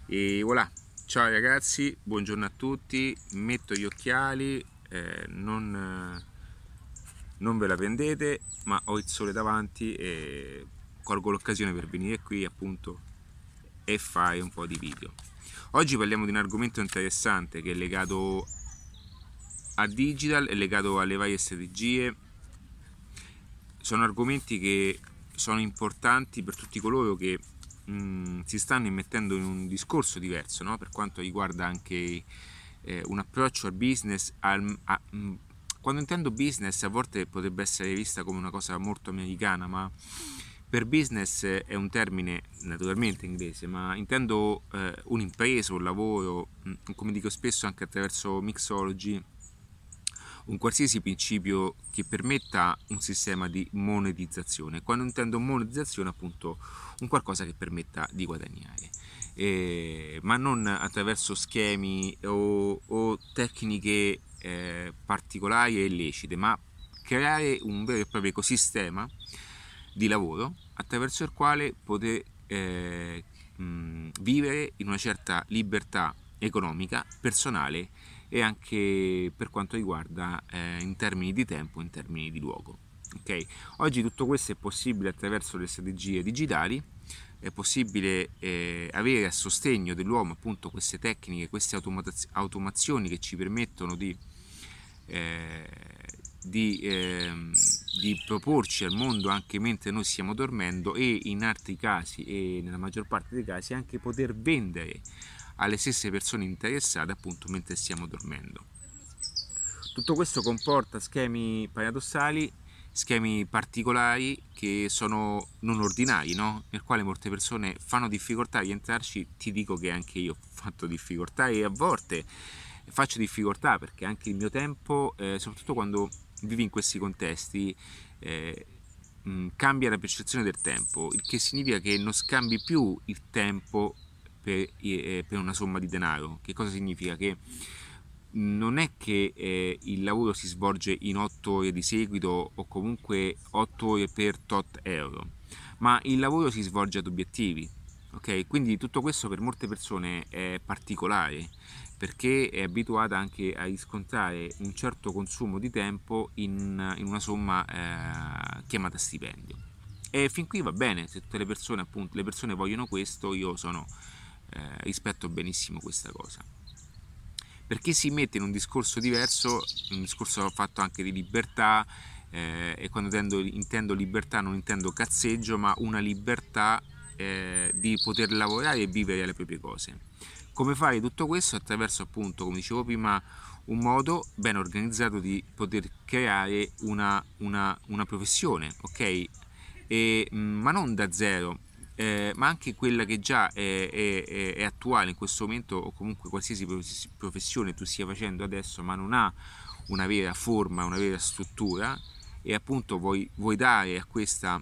E voilà, ciao ragazzi, buongiorno a tutti, metto gli occhiali, non ve la prendete, ma ho il sole davanti e colgo l'occasione per venire qui appunto e fare un po' di video. Oggi parliamo di un argomento interessante che è legato a digital, è legato alle varie strategie. Sono argomenti che sono importanti per tutti coloro che si stanno immettendo in un discorso diverso, no? Per quanto riguarda anche un approccio al business. Quando intendo business, a volte potrebbe essere vista come una cosa molto americana, ma per business è un termine naturalmente inglese, ma intendo un'impresa, un lavoro, come dico spesso anche attraverso Mixology, un qualsiasi principio che permetta un sistema di monetizzazione. Quando intendo monetizzazione, appunto, un qualcosa che permetta di guadagnare, ma non attraverso schemi o tecniche particolari e illecite, ma creare un vero e proprio ecosistema di lavoro attraverso il quale poter vivere in una certa libertà economica, personale e anche per quanto riguarda in termini di tempo, in termini di luogo. Okay? Oggi tutto questo è possibile attraverso le strategie digitali, è possibile avere a sostegno dell'uomo appunto queste tecniche, queste automazioni che ci permettono eh, di, ehm, di proporci al mondo anche mentre noi stiamo dormendo e in altri casi e nella maggior parte dei casi anche poter vendere alle stesse persone interessate appunto mentre stiamo dormendo. Tutto questo comporta schemi paradossali, schemi particolari che sono non ordinari, no? Nel quale molte persone fanno difficoltà a rientrarci. Ti dico che anche io ho fatto difficoltà e a volte faccio difficoltà perché anche il mio tempo, soprattutto quando vivi in questi contesti, cambia la percezione del tempo, il che significa che non scambi più il tempo per una somma di denaro. Che cosa significa? Che non è che il lavoro si svolge in 8 ore di seguito o comunque 8 ore per tot euro, ma il lavoro si svolge ad obiettivi. Ok, quindi tutto questo per molte persone è particolare perché è abituata anche a riscontrare un certo consumo di tempo in una somma chiamata stipendio. E fin qui va bene, se tutte le persone, appunto, le persone vogliono questo, io rispetto benissimo questa cosa. Per chi si mette in un discorso diverso, un discorso fatto anche di libertà, e quando intendo libertà non intendo cazzeggio, ma una libertà di poter lavorare e vivere le proprie cose. Come fare tutto questo? Attraverso appunto, come dicevo prima, un modo ben organizzato di poter creare una professione, ok? Ma non da zero, ma anche quella che già è attuale in questo momento, o comunque qualsiasi professione tu stia facendo adesso ma non ha una vera forma, una vera struttura, e appunto vuoi dare a questa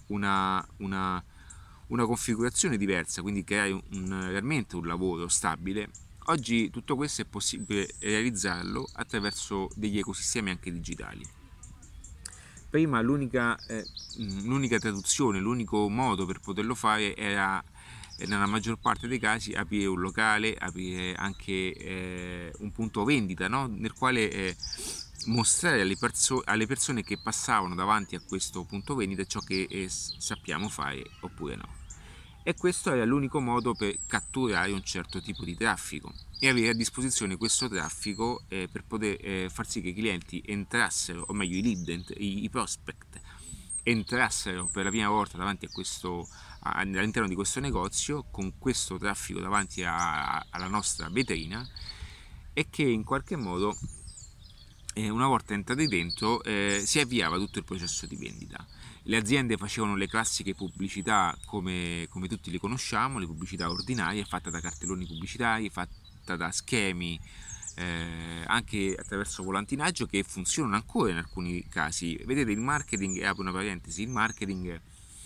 una configurazione diversa, quindi creare realmente un lavoro stabile. Oggi tutto questo è possibile realizzarlo attraverso degli ecosistemi anche digitali. Prima l'unica traduzione, l'unico modo per poterlo fare era nella maggior parte dei casi aprire un locale, aprire anche un punto vendita, no? Nel quale mostrare alle persone che passavano davanti a questo punto vendita ciò che sappiamo fare oppure no. E questo era l'unico modo per catturare un certo tipo di traffico e avere a disposizione questo traffico per poter far sì che i clienti entrassero, o meglio i lead, i prospect entrassero per la prima volta davanti all'interno di questo negozio con questo traffico davanti alla nostra vetrina, e che in qualche modo una volta entrati dentro si avviava tutto il processo di vendita. Le aziende facevano le classiche pubblicità come tutti le conosciamo, le pubblicità ordinarie, fatte da cartelloni pubblicitari, fatta da schemi, anche attraverso volantinaggio, che funzionano ancora in alcuni casi. Vedete, il marketing, apro una parentesi, il marketing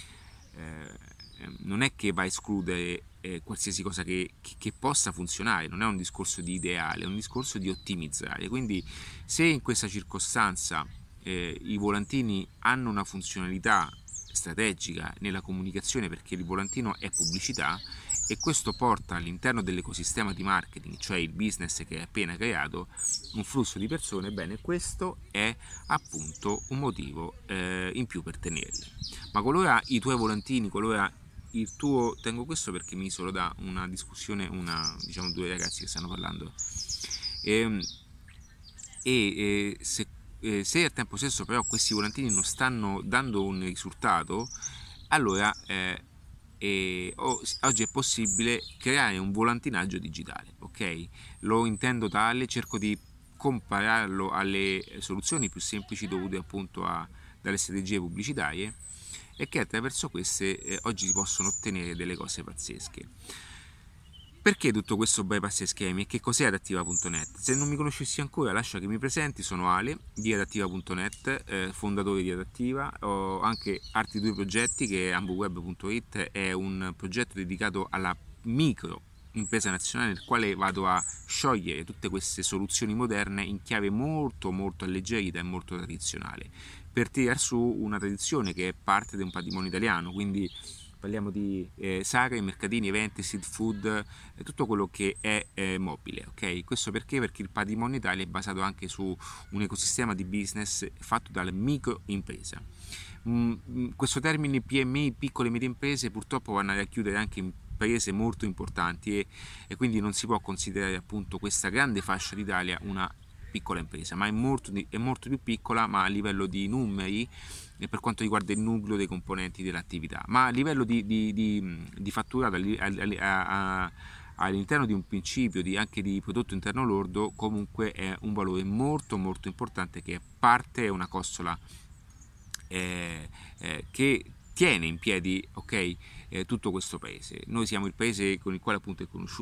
non è che va a escludere qualsiasi cosa che possa funzionare, non è un discorso di ideale, è un discorso di ottimizzare. Quindi se in questa circostanza i volantini hanno una funzionalità strategica nella comunicazione, perché il volantino è pubblicità, e questo porta all'interno dell'ecosistema di marketing, cioè il business che hai appena creato, un flusso di persone. Bene, questo è appunto un motivo in più per tenerli. Ma qualora i tuoi volantini, qualora il tuo, tengo questo perché mi isolo da una discussione, diciamo due ragazzi che stanno parlando, se al tempo stesso però questi volantini non stanno dando un risultato, allora oggi è possibile creare un volantinaggio digitale, ok? Lo intendo tale, cerco di compararlo alle soluzioni più semplici dovute appunto dalle strategie pubblicitarie, e che attraverso queste oggi si possono ottenere delle cose pazzesche. Perché tutto questo bypass e schemi e che cos'è adattiva.net? Se non mi conoscessi ancora, lascia che mi presenti. Sono Ale di adattiva.net, fondatore di Adattiva. Ho anche altri due progetti, che amboweb.it è un progetto dedicato alla micro impresa nazionale, nel quale vado a sciogliere tutte queste soluzioni moderne in chiave molto molto alleggerita e molto tradizionale, per tirare su una tradizione che è parte di un patrimonio italiano. Quindi parliamo di sagre, mercatini, eventi, street food, tutto quello che è mobile, ok? Questo perché? Perché il patrimonio Italia è basato anche su un ecosistema di business fatto dalla microimpresa. Questo termine PMI, piccole e medie imprese, purtroppo vanno a racchiudere anche imprese molto importanti, e quindi non si può considerare appunto questa grande fascia d'Italia una piccola impresa, ma è molto più piccola, ma a livello di numeri e per quanto riguarda il nucleo dei componenti dell'attività, ma a livello di fatturato all'interno di un principio anche di prodotto interno lordo, comunque è un valore molto molto importante, che è parte, è una costola che tiene in piedi, ok, tutto questo paese. Noi siamo il paese con il quale appunto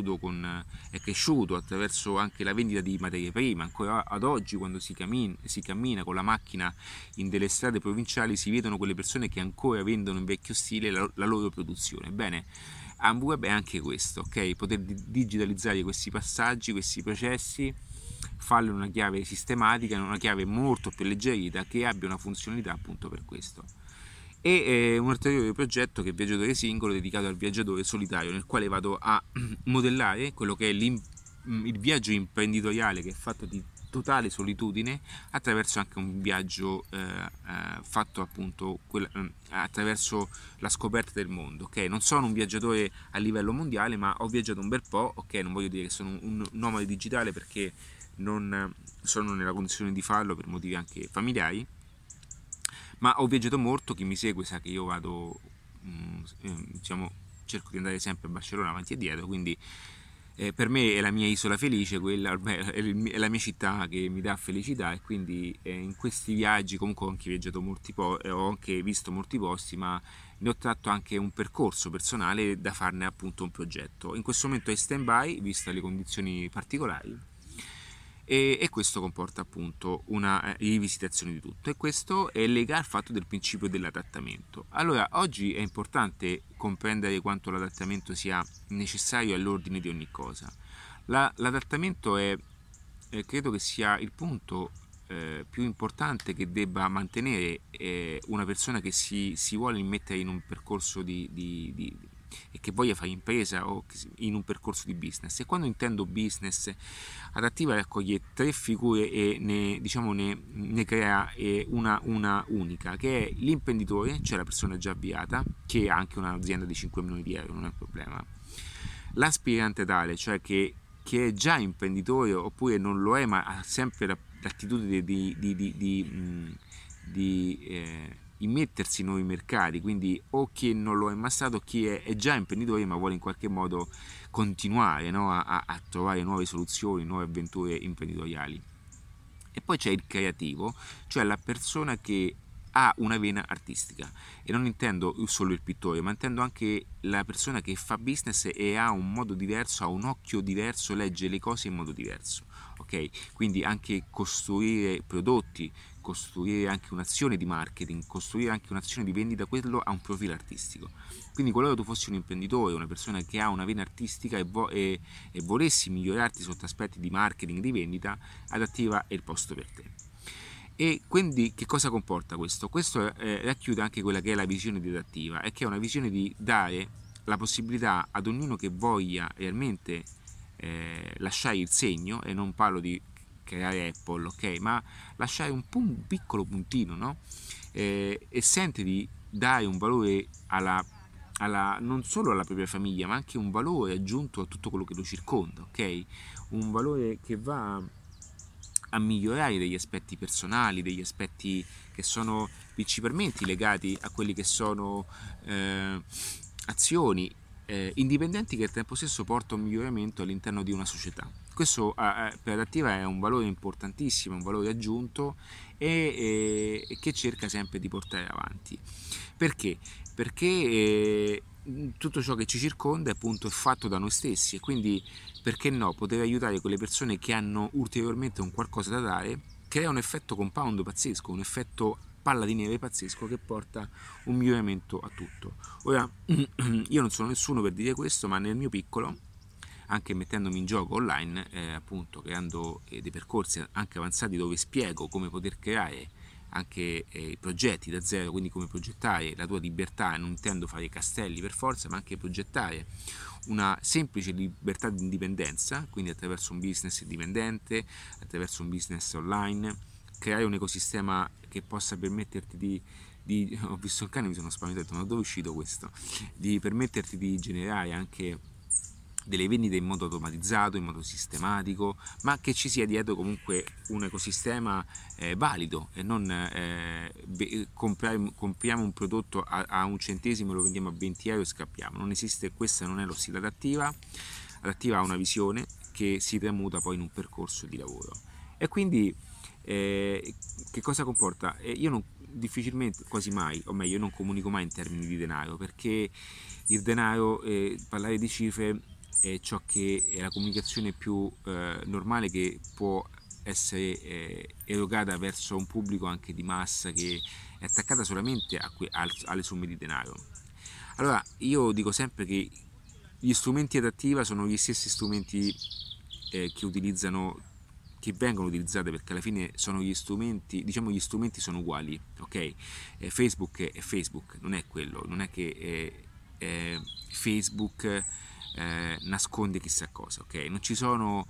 è cresciuto attraverso anche la vendita di materie prime. Ancora ad oggi, quando si cammina con la macchina in delle strade provinciali, si vedono quelle persone che ancora vendono in vecchio stile la loro produzione. Bene, Ambweb è anche questo, ok? Poter digitalizzare questi passaggi, questi processi, farlo in una chiave sistematica, in una chiave molto più alleggerita, che abbia una funzionalità appunto per questo. E un ulteriore progetto che è Viaggiatore Singolo, dedicato al viaggiatore solitario, nel quale vado a modellare quello che è il viaggio imprenditoriale, che è fatto di totale solitudine, attraverso anche un viaggio fatto appunto attraverso la scoperta del mondo, ok? Non sono un viaggiatore a livello mondiale, ma ho viaggiato un bel po', ok? Non voglio dire che sono un nomade digitale, perché non sono nella condizione di farlo per motivi anche familiari, ma ho viaggiato molto. Chi mi segue sa che io vado, diciamo, cerco di andare sempre a Barcellona avanti e dietro, quindi per me è la mia isola felice, quella è la mia città che mi dà felicità, e quindi in questi viaggi comunque ho anche viaggiato ho anche visto molti posti, ma ne ho tratto anche un percorso personale da farne appunto un progetto. In questo momento è stand by, viste le condizioni particolari, e questo comporta appunto una rivisitazione di tutto, e questo è legato al fatto del principio dell'adattamento. Allora, oggi è importante comprendere quanto l'adattamento sia necessario all'ordine di ogni cosa. L'adattamento credo che sia il punto più importante che debba mantenere una persona che si vuole immettere in un percorso e che voglia fare impresa, o in un percorso di business. E quando intendo business, Adattiva raccoglie tre figure e ne crea una unica, che è l'imprenditore, cioè la persona già avviata, che ha anche un'azienda di 5 milioni di euro, non è un problema; l'aspirante tale, cioè che è già imprenditore oppure non lo è, ma ha sempre l'attitudine di immettersi in nuovi mercati, quindi o chi non lo è mai stato, chi è già imprenditore ma vuole in qualche modo continuare, no? a trovare nuove soluzioni, nuove avventure imprenditoriali. E poi c'è il creativo, cioè la persona che ha una vena artistica, e non intendo solo il pittore, ma intendo anche la persona che fa business e ha un modo diverso, ha un occhio diverso, legge le cose in modo diverso, ok? Quindi anche costruire prodotti, costruire anche un'azione di marketing, costruire anche un'azione di vendita, quello ha un profilo artistico. Quindi qualora tu fossi un imprenditore, una persona che ha una vena artistica e volessi migliorarti sotto aspetti di marketing, di vendita, Adattiva è il posto per te. E quindi che cosa comporta questo? Questo racchiude anche quella che è la visione di Adattiva, e che è una visione di dare la possibilità ad ognuno che voglia realmente lasciare il segno, e non parlo di creare Apple, ok, ma lasciare un piccolo puntino, no? E sente di dare un valore non solo alla propria famiglia, ma anche un valore aggiunto a tutto quello che lo circonda, ok? Un valore che va a migliorare degli aspetti personali, degli aspetti che sono principalmente legati a quelli che sono azioni indipendenti che al tempo stesso portano un miglioramento all'interno di una società. Questo per Adattiva è un valore importantissimo, un valore aggiunto e che cerca sempre di portare avanti. Perché? Perché tutto ciò che ci circonda appunto è fatto da noi stessi, e quindi perché no, poter aiutare quelle persone che hanno ulteriormente un qualcosa da dare crea un effetto compound pazzesco, un effetto palla di neve pazzesco che porta un miglioramento a tutto. Ora, io non sono nessuno per dire questo, ma nel mio piccolo, anche mettendomi in gioco online, appunto creando dei percorsi anche avanzati dove spiego come poter creare anche progetti da zero, quindi come progettare la tua libertà, non intendo fare castelli per forza, ma anche progettare una semplice libertà di indipendenza, quindi attraverso un business indipendente, attraverso un business online, creare un ecosistema che possa permetterti di ho visto il cane, mi sono spaventato, ma dove è uscito questo? Di permetterti di generare anche delle vendite in modo automatizzato, in modo sistematico, ma che ci sia dietro comunque un ecosistema valido, e non compriamo un prodotto a un centesimo, lo vendiamo a 20 euro e scappiamo. Non esiste, questa non è lo stile Adattiva. Adattiva ha una visione che si tramuta poi in un percorso di lavoro. E quindi che cosa comporta? Io non, difficilmente, quasi mai, o meglio, io non comunico mai in termini di denaro, perché il denaro, parlare di cifre è ciò che è la comunicazione più normale che può essere erogata verso un pubblico anche di massa che è attaccata solamente alle somme di denaro. Allora io dico sempre che gli strumenti Adattiva sono gli stessi strumenti che vengono utilizzati, perché alla fine sono gli strumenti, diciamo gli strumenti sono uguali, ok? Facebook è Facebook, non è quello, non è che Facebook nasconde chissà cosa, ok? Non ci sono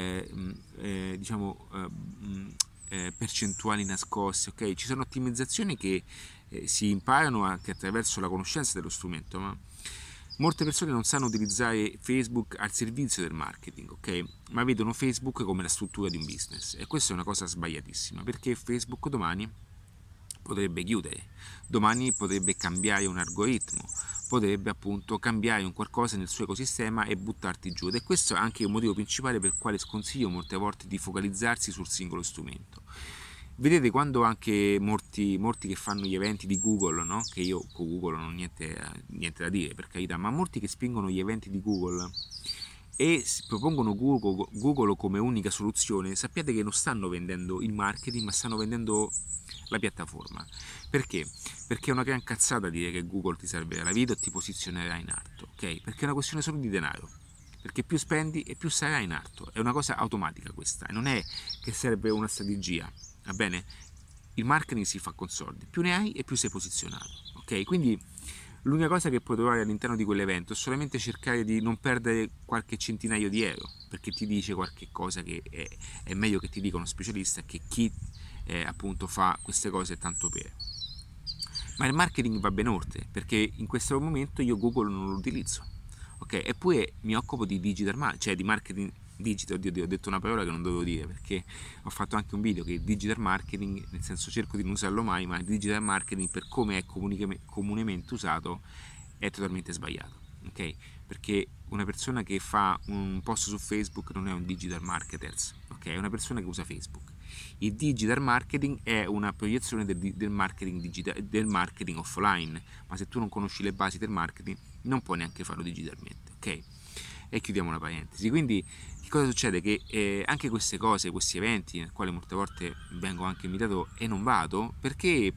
percentuali nascoste, ok? Ci sono ottimizzazioni che si imparano anche attraverso la conoscenza dello strumento, ma molte persone non sanno utilizzare Facebook al servizio del marketing, ok? Ma vedono Facebook come la struttura di un business, e questa è una cosa sbagliatissima, perché Facebook domani potrebbe chiudere, domani potrebbe cambiare un algoritmo, potrebbe appunto cambiare un qualcosa nel suo ecosistema e buttarti giù, ed è questo anche un motivo principale per il quale sconsiglio molte volte di focalizzarsi sul singolo strumento. Vedete, quando anche molti che fanno gli eventi di Google, no? Che io con Google non ho niente da dire, per carità, ma molti che spingono gli eventi di Google e propongono Google come unica soluzione, sappiate che non stanno vendendo il marketing, ma stanno vendendo la piattaforma. Perché? Perché è una gran cazzata dire che Google ti salverà la vita o ti posizionerà in alto, ok? Perché è una questione solo di denaro, perché più spendi e più sarai in alto, è una cosa automatica questa, e non è che serve una strategia, va bene? Il marketing si fa con soldi, più ne hai e più sei posizionato, ok? Quindi l'unica cosa che puoi trovare all'interno di quell'evento è solamente cercare di non perdere qualche centinaio di euro, perché ti dice qualche cosa che è meglio che ti dica uno specialista, che chi appunto fa queste cose tanto per. Ma il marketing va ben oltre, perché in questo momento io Google non lo utilizzo, ok? Eppure mi occupo di digital marketing, cioè di marketing digital. Oddio, ho detto una parola che non dovevo dire, perché ho fatto anche un video che è digital marketing, nel senso cerco di non usarlo mai, ma il digital marketing per come è comunemente usato è totalmente sbagliato, ok? Perché una persona che fa un post su Facebook non è un digital marketer, ok? È una persona che usa Facebook. Il digital marketing è una proiezione del marketing del marketing offline, ma se tu non conosci le basi del marketing non puoi neanche farlo digitalmente, ok? E chiudiamo la parentesi. Quindi che cosa succede? Che anche queste cose, questi eventi, nel quale molte volte vengo anche invitato e non vado, perché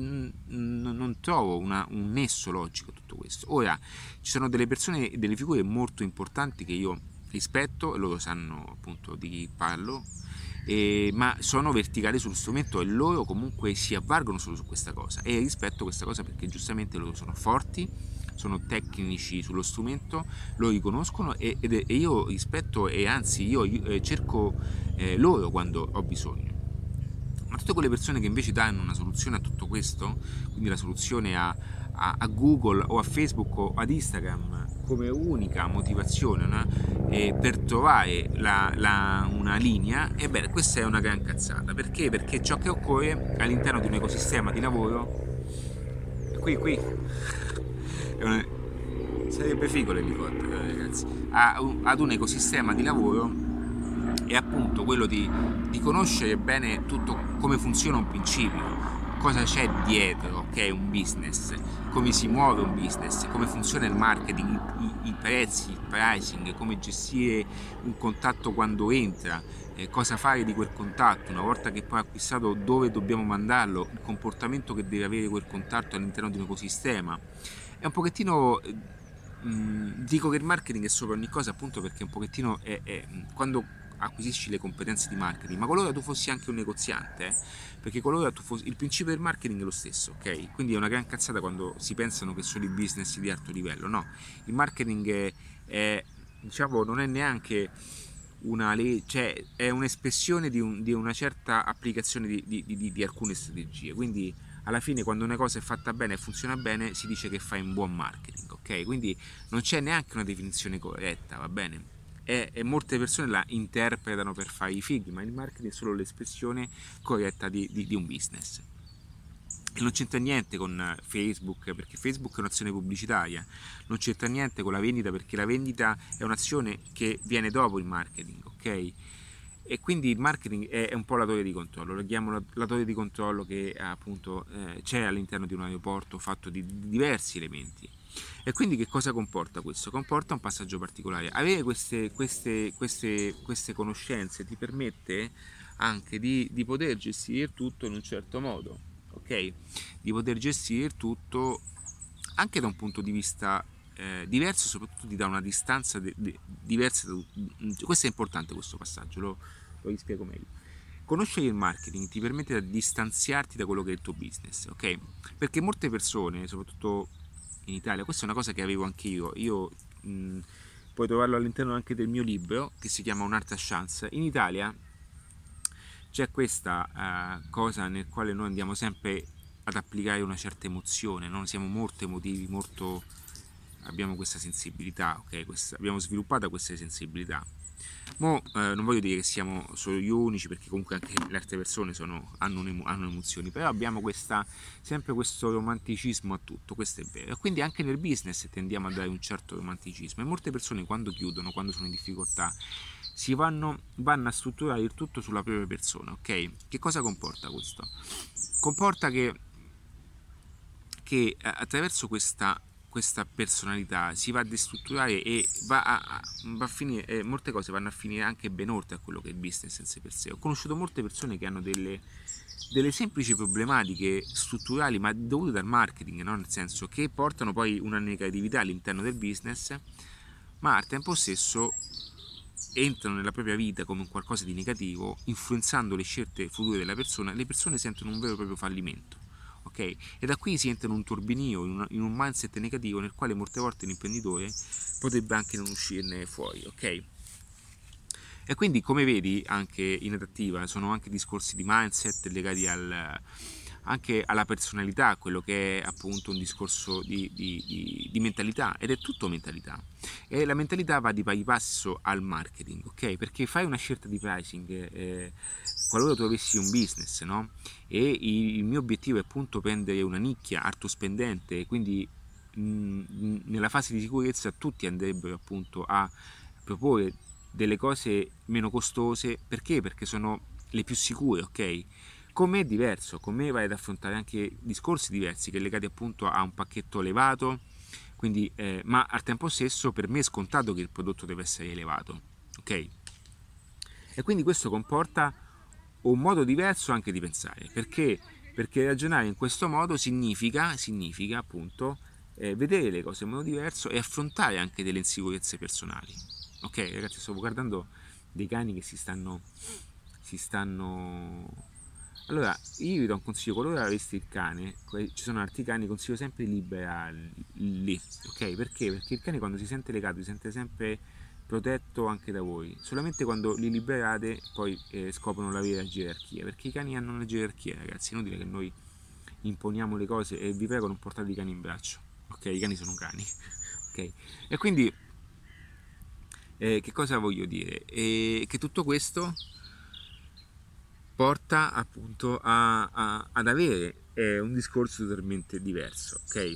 non trovo un nesso logico a tutto questo. Ora, ci sono delle persone, delle figure molto importanti che io rispetto, e loro sanno appunto di chi parlo, ma sono verticali sullo strumento, e loro comunque si avvalgono solo su questa cosa, e rispetto questa cosa perché giustamente loro sono forti, sono tecnici sullo strumento, lo riconoscono e io rispetto e anzi io cerco loro quando ho bisogno. Ma tutte quelle persone che invece danno una soluzione a tutto questo, quindi la soluzione a Google o a Facebook o ad Instagram come unica motivazione, no? Per trovare una linea, ebbene questa è una gran cazzata. Perché? Perché ciò che occorre all'interno di un ecosistema di lavoro, qui sarebbe figo l'elicottero, ragazzi, ad un ecosistema di lavoro è appunto quello di conoscere bene tutto come funziona un principio, cosa c'è dietro, che è un business, come si muove un business, come funziona il marketing, i prezzi, il pricing, come gestire un contatto quando entra, cosa fare di quel contatto, una volta che poi acquistato dove dobbiamo mandarlo, il comportamento che deve avere quel contatto all'interno di un ecosistema. È un pochettino... dico che il marketing è sopra ogni cosa appunto perché un pochettino quando acquisisci le competenze di marketing, ma qualora tu fossi anche un negoziante, perché qualora tu fossi, il principio del marketing è lo stesso, ok? Quindi è una gran cazzata quando si pensano che sono i business di alto livello, no, il marketing diciamo non è neanche una legge, cioè è un'espressione di una certa applicazione di alcune strategie, quindi alla fine quando una cosa è fatta bene e funziona bene si dice che fai un buon marketing, ok? Quindi non c'è neanche una definizione corretta, va bene? E molte persone la interpretano per fare i fighi, ma il marketing è solo l'espressione corretta di un business. E non c'entra niente con Facebook, perché Facebook è un'azione pubblicitaria, non c'entra niente con la vendita, perché la vendita è un'azione che viene dopo il marketing, ok? E quindi il marketing è un po' la torre di controllo, lo chiamiamo la torre di controllo che appunto c'è all'interno di un aeroporto fatto di diversi elementi. E quindi che cosa comporta questo? Comporta un passaggio particolare. Avere queste conoscenze ti permette anche di poter gestire il tutto in un certo modo, ok? Di poter gestire il tutto anche da un punto di vista diverso, soprattutto da una distanza diversa. Questo è importante, questo passaggio, lo rispiego meglio. Conoscere il marketing ti permette di distanziarti da quello che è il tuo business, ok? Perché molte persone, soprattutto in Italia, questa è una cosa che avevo anche io puoi trovarlo all'interno anche del mio libro che si chiama Un'altra chance. In Italia c'è questa cosa nel quale noi andiamo sempre ad applicare una certa emozione, no? Siamo molto emotivi, abbiamo questa sensibilità, ok? Abbiamo sviluppato questa sensibilità. Non voglio dire che siamo solo gli unici, perché comunque anche le altre persone hanno emozioni, però abbiamo sempre questo romanticismo a tutto, questo è vero. E quindi anche nel business tendiamo a dare un certo romanticismo, e molte persone quando chiudono, quando sono in difficoltà, vanno a strutturare il tutto sulla propria persona, ok? Che cosa comporta questo? Comporta che attraverso questa personalità si va a destrutturare e va a finire, molte cose vanno a finire anche ben oltre a quello che è il business in sé per sé. Ho conosciuto molte persone che hanno delle semplici problematiche strutturali, ma dovute dal marketing, no? Nel senso che portano poi una negatività all'interno del business, ma al tempo stesso entrano nella propria vita come un qualcosa di negativo, influenzando le scelte future della persona. Le persone sentono un vero e proprio fallimento, ok? E da qui si entra in un turbinio, in un mindset negativo nel quale molte volte l'imprenditore potrebbe anche non uscirne fuori, ok? E quindi, come vedi, anche in adattiva sono anche discorsi di mindset legati anche alla personalità, quello che è appunto un discorso di mentalità, ed è tutto mentalità. E la mentalità va di pari passo al marketing, ok? Perché fai una scelta di pricing, qualora tu avessi un business, no? E il mio obiettivo è appunto prendere una nicchia alto spendente, quindi nella fase di sicurezza tutti andrebbero appunto a proporre delle cose meno costose. Perché? Perché sono le più sicure, ok? Con me è diverso, con me vai ad affrontare anche discorsi diversi che legati appunto a un pacchetto elevato, quindi, ma al tempo stesso per me è scontato che il prodotto deve essere elevato, ok? E quindi questo comporta un modo diverso anche di pensare, perché ragionare in questo modo significa appunto vedere le cose in modo diverso e affrontare anche delle insicurezze personali. Ok, ragazzi, sto guardando dei cani che si stanno Allora, io vi do un consiglio: qualora aveste il cane, ci sono altri cani, consiglio sempre di liberarli, ok? Perché? Perché il cane, quando si sente legato, si sente sempre protetto anche da voi. Solamente quando li liberate poi scoprono la vera gerarchia, perché i cani hanno una gerarchia, ragazzi. È inutile che noi imponiamo le cose, e vi prego, non portate i cani in braccio, ok? I cani sono cani, ok? E quindi che cosa voglio dire? Che tutto questo porta appunto ad avere un discorso totalmente diverso, ok?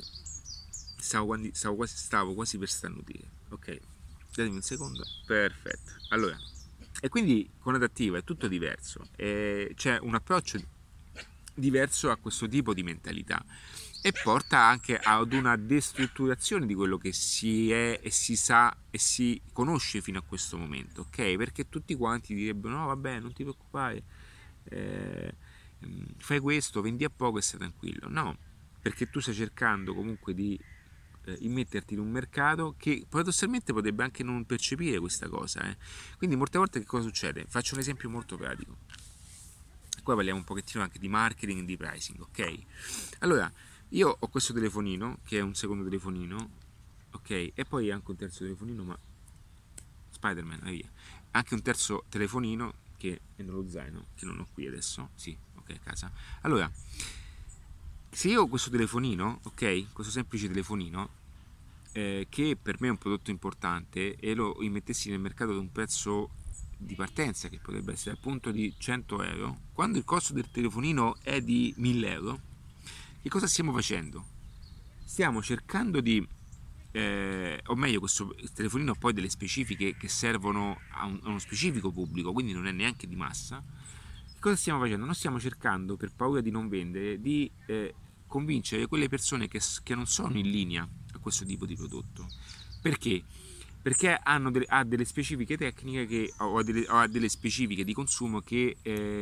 Stavo quasi per starnutire, ok? Datemi un secondo. Perfetto. Allora, e quindi con adattiva è tutto diverso, c'è un approccio diverso a questo tipo di mentalità, e porta anche ad una destrutturazione di quello che si è e si sa e si conosce fino a questo momento, ok? Perché tutti quanti direbbero: no, vabbè, non ti preoccupare, eh, fai questo, vendi a poco e stai tranquillo. No, perché tu stai cercando comunque di immetterti in un mercato che paradossalmente potrebbe anche non percepire questa cosa, Quindi molte volte che cosa succede? Faccio un esempio molto pratico. Qua parliamo un pochettino anche di marketing e di pricing, ok? Allora, io ho questo telefonino, che è un secondo telefonino, ok? E poi anche un terzo telefonino, ma Spider-Man, vai via. Anche un terzo telefonino che è nello zaino, che non ho qui adesso. Sì, ok, a casa. Allora, se io ho questo telefonino, ok? Questo semplice telefonino, che per me è un prodotto importante, e lo immettessi nel mercato ad un prezzo di partenza che potrebbe essere appunto di 100 euro, quando il costo del telefonino è di 1000 euro, che cosa stiamo facendo? Stiamo cercando di, o meglio, questo telefonino ha poi delle specifiche che servono a uno specifico pubblico, quindi non è neanche di massa. Che cosa stiamo facendo? Non stiamo cercando, per paura di non vendere, di convincere quelle persone che non sono in linea a questo tipo di prodotto. Perché? Perché ha delle specifiche tecniche o ha delle specifiche di consumo che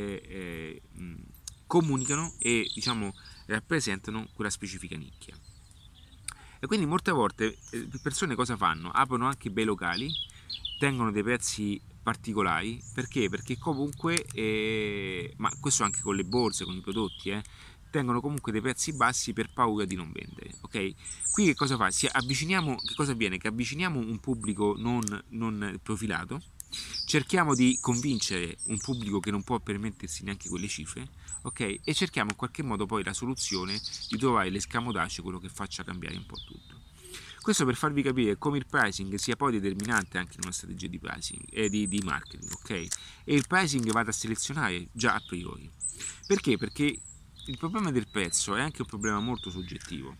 comunicano e, diciamo, rappresentano quella specifica nicchia. E quindi molte volte le persone cosa fanno? Aprono anche bei locali, tengono dei prezzi particolari. Perché? Perché comunque, ma questo anche con le borse, con i prodotti, tengono comunque dei prezzi bassi per paura di non vendere, ok? Qui che cosa fa? Che cosa avviene? Che avviciniamo un pubblico non profilato, cerchiamo di convincere un pubblico che non può permettersi neanche quelle cifre, ok? E cerchiamo in qualche modo poi la soluzione di trovare l'escamotage, quello che faccia cambiare un po' tutto. Questo per farvi capire come il pricing sia poi determinante anche in una strategia di pricing e di marketing, ok? E il pricing vada a selezionare già a priori. Perché? Perché il problema del prezzo è anche un problema molto soggettivo,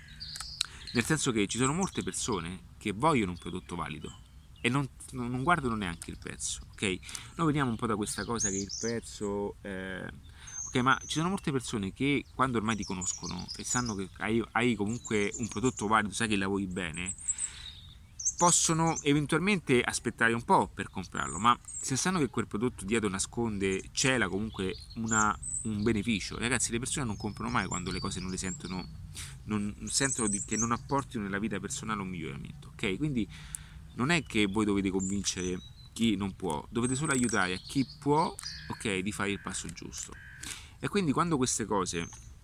nel senso che ci sono molte persone che vogliono un prodotto valido e non guardano neanche il prezzo, ok? Noi veniamo un po' da questa cosa che il prezzo, ok, ma ci sono molte persone che quando ormai ti conoscono e sanno che hai comunque un prodotto valido, sai che lavori bene, possono eventualmente aspettare un po' per comprarlo, ma se sanno che quel prodotto dietro nasconde, cela comunque un beneficio. Ragazzi, le persone non comprano mai quando le cose non le sentono, non sentono che non apportino nella vita personale un miglioramento, ok? Quindi non è che voi dovete convincere chi non può, dovete solo aiutare a chi può, ok, di fare il passo giusto. E quindi quando queste cose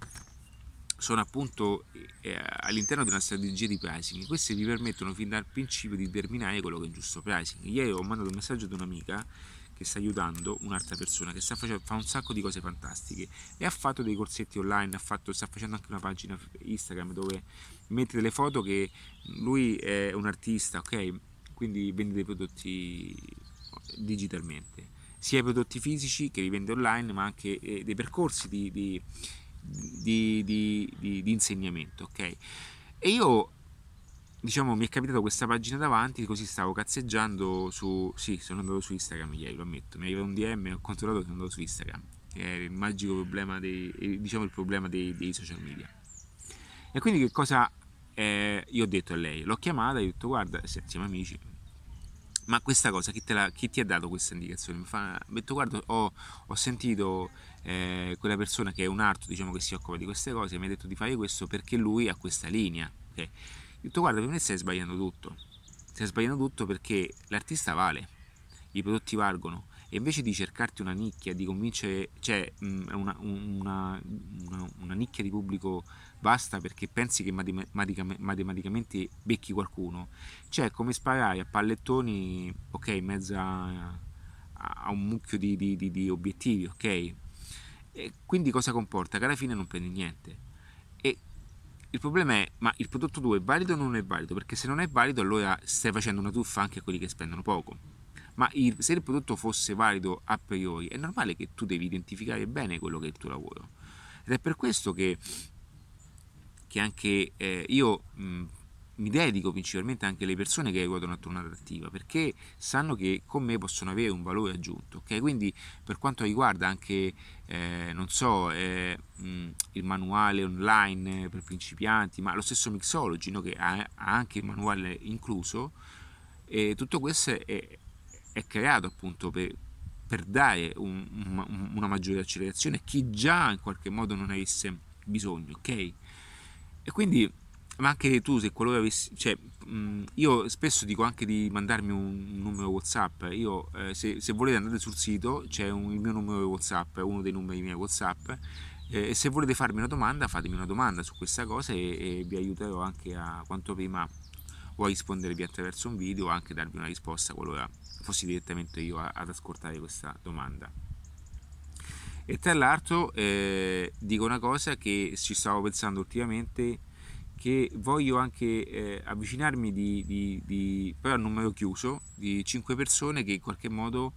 sono appunto all'interno di una strategia di pricing, queste vi permettono fin dal principio di determinare quello che è il giusto pricing. Ieri ho mandato un messaggio ad un'amica che sta aiutando un'altra persona che fa un sacco di cose fantastiche e ha fatto dei corsetti online, sta facendo anche una pagina Instagram dove mette delle foto, che lui è un artista, ok? Quindi vende dei prodotti digitalmente, sia i prodotti fisici che li vende online, ma anche dei percorsi di insegnamento, ok? E io, diciamo, mi è capitato questa pagina davanti, così stavo cazzeggiando sì, sono andato su Instagram ieri, lo ammetto, mi arriva un DM, ho controllato e sono andato su Instagram, che è il magico problema diciamo il problema dei social media. E quindi che cosa io ho detto a lei? L'ho chiamata e ho detto: guarda, siamo amici, ma questa cosa chi ti ha dato questa indicazione? Ha detto: guarda, ho sentito quella persona che è un arto, diciamo, che si occupa di queste cose, mi ha detto di fare questo perché lui ha questa linea, okay? Ho detto: guarda, per me stai sbagliando tutto perché l'artista vale, i prodotti valgono, e invece di cercarti una nicchia, di convincere, cioè una nicchia di pubblico basta perché pensi che matematicamente becchi qualcuno, cioè come sparare a pallettoni, ok, in mezzo a un mucchio di obiettivi, ok? E quindi cosa comporta? Che alla fine non prendi niente. E il problema è, ma il prodotto tuo è valido o non è valido? Perché se non è valido allora stai facendo una truffa anche a quelli che spendono poco. Ma se il prodotto fosse valido a priori, è normale che tu devi identificare bene quello che è il tuo lavoro. Ed è per questo che anche io mi dedico principalmente anche alle persone che ruotano attorno all'attrattiva, perché sanno che con me possono avere un valore aggiunto, ok? Quindi per quanto riguarda anche non so, il manuale online per principianti, ma lo stesso Mixology, no? Che ha anche il manuale incluso, e tutto questo è creato appunto per dare una maggiore accelerazione a chi già in qualche modo non avesse bisogno, ok? E quindi, ma anche tu, se qualora avessi, cioè, io spesso dico anche di mandarmi un numero WhatsApp. Io, se volete, andate sul sito, c'è il mio numero WhatsApp, uno dei numeri miei WhatsApp. E se volete farmi una domanda, fatemi una domanda su questa cosa e vi aiuterò anche a quanto prima o a rispondervi attraverso un video o anche darvi una risposta qualora fossi direttamente io ad ascoltare questa domanda. E tra l'altro dico una cosa che ci stavo pensando ultimamente, che voglio anche avvicinarmi però a un numero chiuso di 5 persone che in qualche modo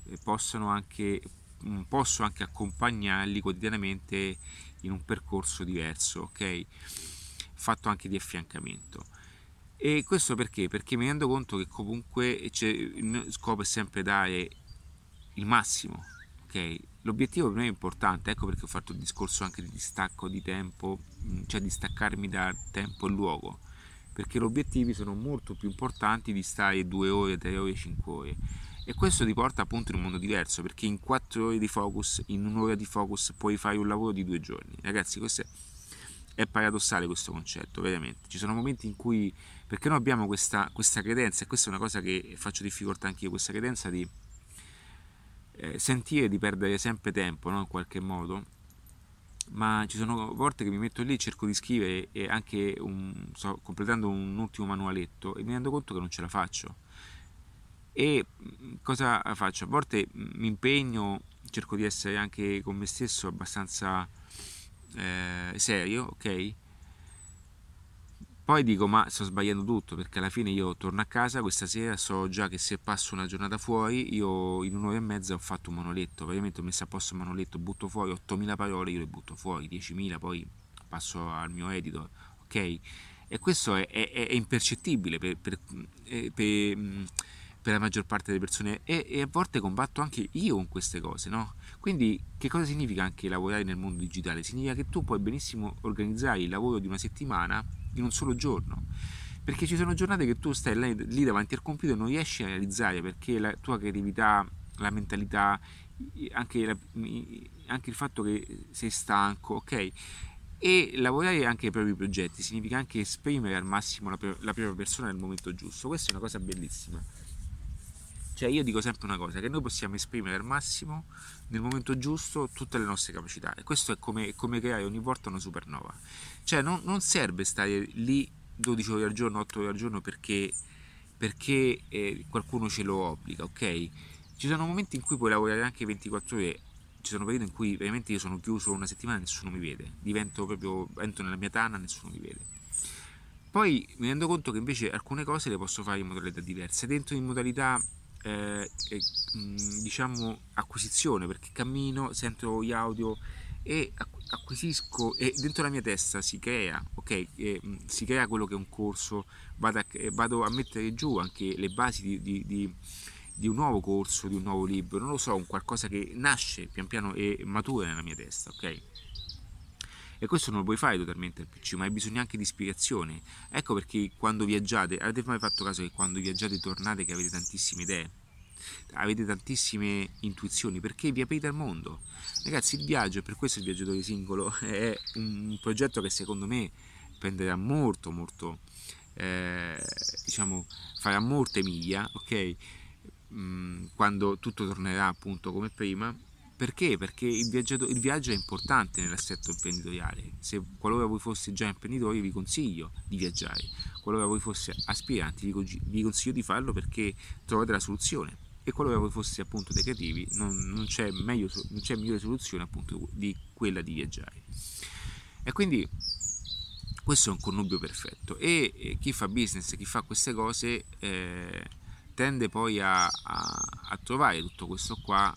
posso anche accompagnarli quotidianamente in un percorso diverso, ok? Fatto anche di affiancamento. E questo perché? Perché mi rendo conto che comunque il mio scopo è sempre dare il massimo, ok? L'obiettivo per me è importante, ecco perché ho fatto il discorso anche di distacco di tempo, cioè di staccarmi da tempo e luogo, perché gli obiettivi sono molto più importanti di stare 2 ore, 3 ore, 5 ore. E questo ti porta appunto in un mondo diverso, perché in 4 ore di focus, in un'ora di focus, puoi fare un lavoro di 2 giorni. Ragazzi, questo è paradossale questo concetto, veramente. Ci sono momenti in cui, perché noi abbiamo questa credenza, e questa è una cosa che faccio difficoltà anche io, questa credenza di sentire di perdere sempre tempo, no? In qualche modo, ma ci sono volte che mi metto lì, cerco di scrivere e anche sto completando un ultimo manualetto e mi rendo conto che non ce la faccio. E cosa faccio? A volte mi impegno, cerco di essere anche con me stesso abbastanza serio, ok? Poi dico, ma sto sbagliando tutto, perché alla fine io torno a casa questa sera, so già che se passo una giornata fuori, io in un'ora e mezza ho fatto un manualetto, veramente ho messo a posto un manualetto, butto fuori 8.000 parole, io le butto fuori, 10.000, poi passo al mio editor, ok? E questo è impercettibile per la maggior parte delle persone e a volte combatto anche io con queste cose, no? Quindi che cosa significa anche lavorare nel mondo digitale? Significa che tu puoi benissimo organizzare il lavoro di una settimana in un solo giorno, perché ci sono giornate che tu stai lì davanti al computer e non riesci a realizzare perché la tua creatività, la mentalità, anche il fatto che sei stanco, ok? E lavorare anche ai propri progetti significa anche esprimere al massimo la propria persona nel momento giusto. Questa è una cosa bellissima. Cioè io dico sempre una cosa, che noi possiamo esprimere al massimo nel momento giusto tutte le nostre capacità, e questo è come creare ogni volta una supernova. Cioè non serve stare lì 12 ore al giorno, 8 ore al giorno perché qualcuno ce lo obbliga, ok? Ci sono momenti in cui puoi lavorare anche 24 ore, ci sono periodi in cui veramente io sono chiuso una settimana e nessuno mi vede, entro nella mia tana e nessuno mi vede. Poi mi rendo conto che invece alcune cose le posso fare in modalità diverse, dentro in modalità diciamo acquisizione, perché cammino, sento gli audio e acquisisco, e dentro la mia testa si crea, ok? Si crea quello che è un corso, vado a mettere giù anche le basi di un nuovo corso, di un nuovo libro, non lo so, un qualcosa che nasce pian piano e matura nella mia testa, ok? E questo non lo puoi fare totalmente al PC, ma hai bisogno anche di ispirazione. Ecco perché quando viaggiate, avete mai fatto caso che quando viaggiate tornate che avete tantissime idee, avete tantissime intuizioni, perché vi aprite al mondo. Ragazzi, il viaggio, e per questo il viaggiatore singolo è un progetto che secondo me prenderà molto diciamo farà molte miglia, ok? quando tutto tornerà appunto come prima. Perché? Perché il viaggio è importante nell'assetto imprenditoriale. Se qualora voi foste già imprenditori vi consiglio di viaggiare, qualora voi foste aspiranti vi consiglio di farlo perché trovate la soluzione, e qualora voi foste appunto dei creativi non c'è migliore soluzione appunto di quella di viaggiare. E quindi questo è un connubio perfetto, e chi fa business, chi fa queste cose tende poi a trovare tutto questo qua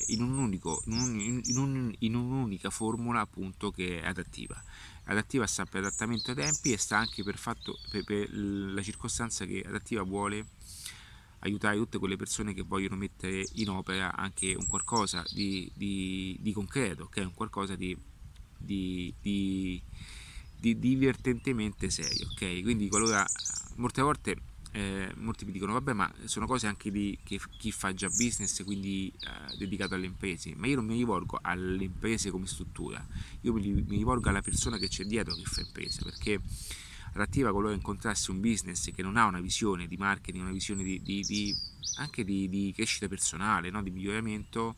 in un'unica formula appunto che è adattiva. Adattiva sta per adattamento ai tempi, e sta anche per la circostanza che adattiva vuole aiutare tutte quelle persone che vogliono mettere in opera anche un qualcosa di concreto, che è un qualcosa di, di, di divertentemente serio, ok? Quindi qualora molte volte molti mi dicono vabbè, ma sono cose anche di chi fa già business, quindi dedicato alle imprese, ma io non mi rivolgo alle imprese come struttura, io mi rivolgo alla persona che c'è dietro che fa impresa, perché Adattiva, qualora incontrassi un business che non ha una visione di marketing, una visione anche di crescita personale, no? Di miglioramento,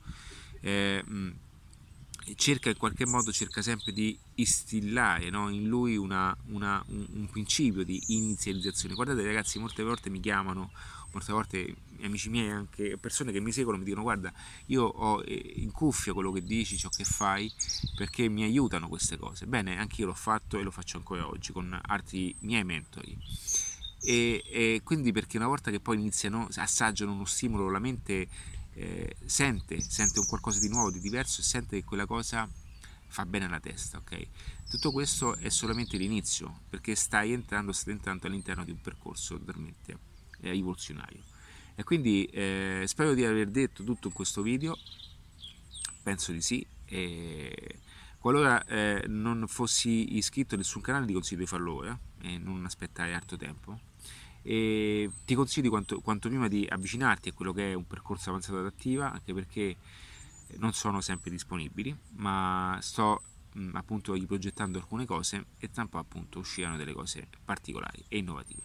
cerca in qualche modo, cerca sempre di instillare, no? In lui un principio di inizializzazione. Guardate ragazzi, molte volte mi chiamano, molte volte amici miei, anche persone che mi seguono, mi dicono guarda, io ho in cuffia quello che dici, ciò che fai, perché mi aiutano queste cose. Bene, anche io l'ho fatto e lo faccio ancora oggi con altri miei mentori. E quindi, perché una volta che poi iniziano, assaggiano uno stimolo, la mente sente un qualcosa di nuovo, di diverso, e sente che quella cosa fa bene alla testa, ok? Tutto questo è solamente l'inizio, perché stai entrando all'interno di un percorso totalmente rivoluzionario. E quindi spero di aver detto tutto in questo video, penso di sì. Qualora non fossi iscritto a nessun canale ti consiglio di farlo ora e non aspettare altro tempo, e ti consiglio quanto prima di avvicinarti a quello che è un percorso avanzato adattiva, anche perché non sono sempre disponibili, ma sto appunto riprogettando alcune cose, e tra un po' appunto usciranno delle cose particolari e innovative,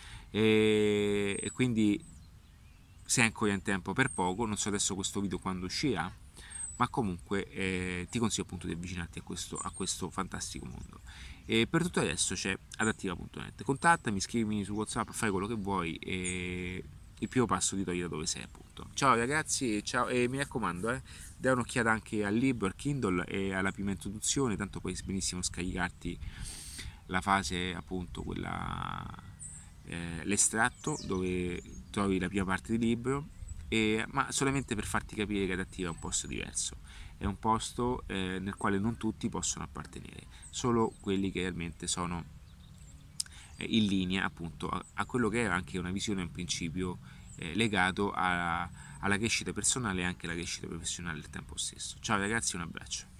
e quindi sei ancora in tempo per poco. Non so adesso questo video quando uscirà, ma comunque ti consiglio appunto di avvicinarti a questo fantastico mondo. E per tutto adesso c'è adattiva.net, contattami, scrivimi su WhatsApp, fai quello che vuoi, e il primo passo ti toglie da dove sei appunto. Ciao ragazzi, ciao, e mi raccomando, dai un'occhiata anche al libro, al Kindle e alla prima introduzione, tanto puoi benissimo scaricarti la fase appunto quella, l'estratto dove trovi la prima parte del libro, ma solamente per farti capire che Adattiva è un posto diverso, è un posto nel quale non tutti possono appartenere, solo quelli che realmente sono in linea appunto a quello che è anche una visione, un principio legato alla crescita personale e anche alla crescita professionale al tempo stesso. Ciao ragazzi, un abbraccio.